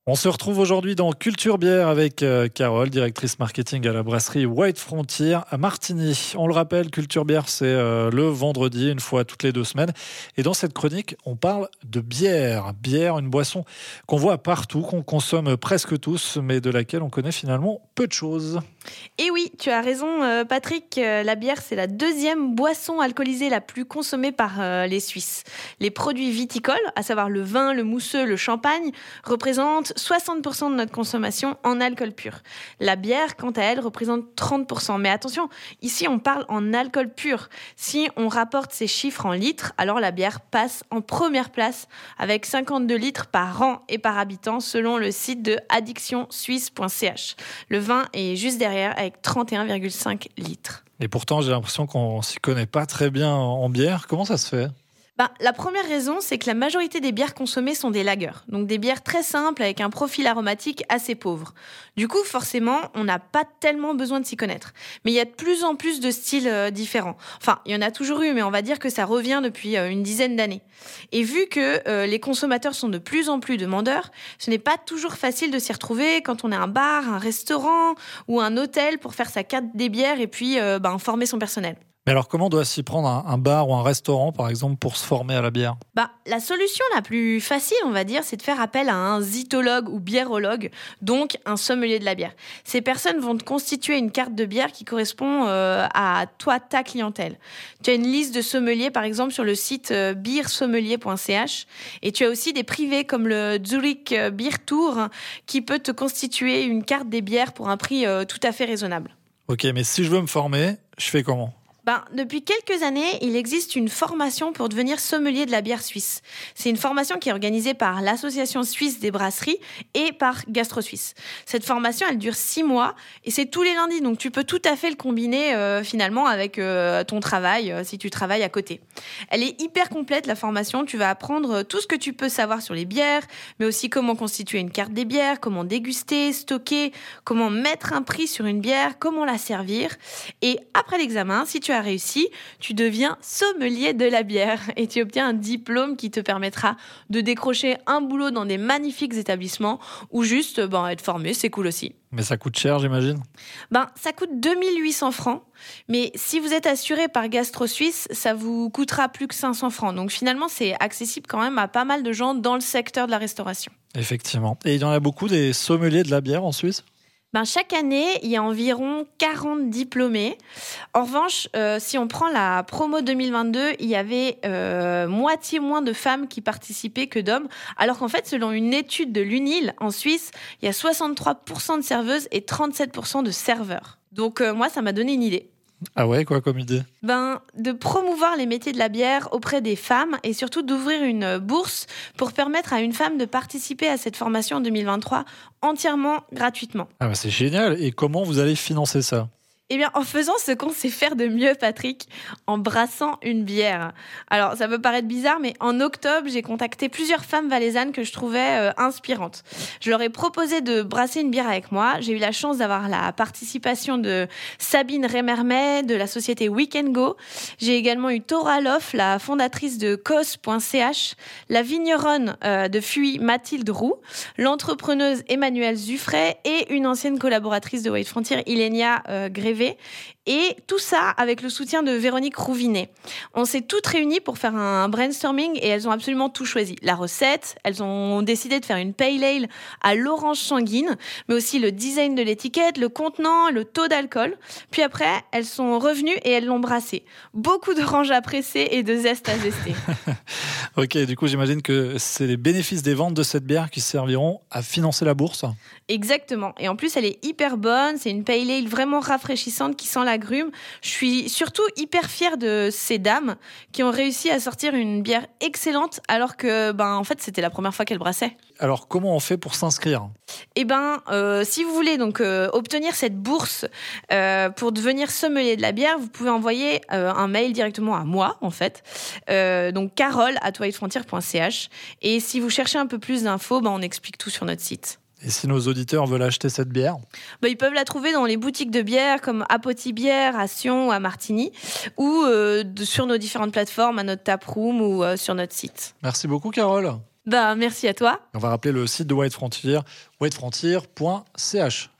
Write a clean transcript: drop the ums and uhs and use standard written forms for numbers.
On se retrouve aujourd'hui dans Culture Bière avec Carole, directrice marketing à la brasserie White Frontier à Martigny. On le rappelle, Culture Bière, c'est le vendredi, une fois toutes les 2 semaines. Et dans cette chronique, on parle de bière. Bière, une boisson qu'on voit partout, qu'on consomme presque tous, mais de laquelle on connaît finalement peu de choses. Et oui, tu as raison Patrick, la bière c'est la deuxième boisson alcoolisée la plus consommée par les Suisses. Les produits viticoles, à savoir le vin, le mousseux, le champagne, représentent 60% de notre consommation en alcool pur. La bière, quant à elle, représente 30%. Mais attention, ici on parle en alcool pur. Si on rapporte ces chiffres en litres, alors la bière passe en première place avec 52 litres par an et par habitant selon le site de addictionsuisse.ch. Le vin est juste derrière avec 31,5 litres. Et pourtant, j'ai l'impression qu'on s'y connaît pas très bien en bière. Comment ça se fait ? La première raison, c'est que la majorité des bières consommées sont des lagers, donc des bières très simples avec un profil aromatique assez pauvre. Du coup, forcément, on n'a pas tellement besoin de s'y connaître. Mais il y a de plus en plus de styles différents. Enfin, il y en a toujours eu, mais on va dire que ça revient depuis une dizaine d'années. Et vu que les consommateurs sont de plus en plus demandeurs, ce n'est pas toujours facile de s'y retrouver quand on est un bar, un restaurant ou un hôtel pour faire sa carte des bières et puis former son personnel. Mais alors, comment doit s'y prendre un bar ou un restaurant, par exemple, pour se former à la bière ? La solution la plus facile, on va dire, c'est de faire appel à un zytologue ou biérologue, donc un sommelier de la bière. Ces personnes vont te constituer une carte de bière qui correspond à toi, ta clientèle. Tu as une liste de sommeliers, par exemple, sur le site beersommelier.ch, et tu as aussi des privés comme le Zurich Beer Tour qui peut te constituer une carte des bières pour un prix tout à fait raisonnable. Ok, mais si je veux me former, je fais comment ? Depuis quelques années, il existe une formation pour devenir sommelier de la bière suisse. C'est une formation qui est organisée par l'Association suisse des brasseries et par Gastro Suisse. Cette formation, elle dure 6 mois et c'est tous les lundis. Donc, tu peux tout à fait le combiner finalement avec ton travail si tu travailles à côté. Elle est hyper complète, la formation. Tu vas apprendre tout ce que tu peux savoir sur les bières, mais aussi comment constituer une carte des bières, comment déguster, stocker, comment mettre un prix sur une bière, comment la servir. Et après l'examen, si tu as réussi, tu deviens sommelier de la bière et tu obtiens un diplôme qui te permettra de décrocher un boulot dans des magnifiques établissements ou juste être formé, c'est cool aussi. Mais ça coûte cher, j'imagine ? Ça coûte 2800 francs, mais si vous êtes assuré par Gastro Suisse, ça vous coûtera plus que 500 francs. Donc finalement, c'est accessible quand même à pas mal de gens dans le secteur de la restauration. Effectivement. Et il y en a beaucoup des sommeliers de la bière en Suisse ? Chaque année, il y a environ 40 diplômés. En revanche, si on prend la promo 2022, il y avait moitié moins de femmes qui participaient que d'hommes. Alors qu'en fait, selon une étude de l'UNIL, en Suisse, il y a 63% de serveuses et 37% de serveurs. Donc moi, ça m'a donné une idée. Ah ouais, quoi comme idée ? De promouvoir les métiers de la bière auprès des femmes et surtout d'ouvrir une bourse pour permettre à une femme de participer à cette formation en 2023 entièrement gratuitement. Ah c'est génial. Et comment vous allez financer ça ? En faisant ce qu'on sait faire de mieux, Patrick, en brassant une bière. Alors, ça peut paraître bizarre, mais en octobre, j'ai contacté plusieurs femmes valaisannes que je trouvais inspirantes. Je leur ai proposé de brasser une bière avec moi. J'ai eu la chance d'avoir la participation de Sabine Remermet de la société Weekend Go. J'ai également eu Tora Loff, la fondatrice de cos.ch, la vigneronne de Fuy, Mathilde Roux, l'entrepreneuse Emmanuelle Zuffray et une ancienne collaboratrice de White Frontier, Ilenia Grévé. Et tout ça avec le soutien de Véronique Rouvinet. On s'est toutes réunies pour faire un brainstorming et elles ont absolument tout choisi. La recette, elles ont décidé de faire une pale ale à l'orange sanguine, mais aussi le design de l'étiquette, le contenant, le taux d'alcool. Puis après, elles sont revenues et elles l'ont brassé. Beaucoup d'oranges à presser et de zeste à zester. Ok, du coup, j'imagine que c'est les bénéfices des ventes de cette bière qui serviront à financer la bourse. Exactement. Et en plus, elle est hyper bonne. C'est une pale ale vraiment rafraîchissante qui sent l'agrume. Je suis surtout hyper fière de ces dames qui ont réussi à sortir une bière excellente alors que, en fait, c'était la première fois qu'elles brassaient. Alors, comment on fait pour s'inscrire ? Si vous voulez donc obtenir cette bourse pour devenir sommelier de la bière, vous pouvez envoyer un mail directement à moi, en fait. Donc, carole@whitefrontier.ch. Et si vous cherchez un peu plus d'infos, on explique tout sur notre site. Et si nos auditeurs veulent acheter cette bière ? Ils peuvent la trouver dans les boutiques de bière comme Apoti Bière à Sion ou à Martigny ou sur nos différentes plateformes, à notre taproom ou sur notre site. Merci beaucoup, Carole. Merci à toi. On va rappeler le site de White Frontier, whitefrontier.ch.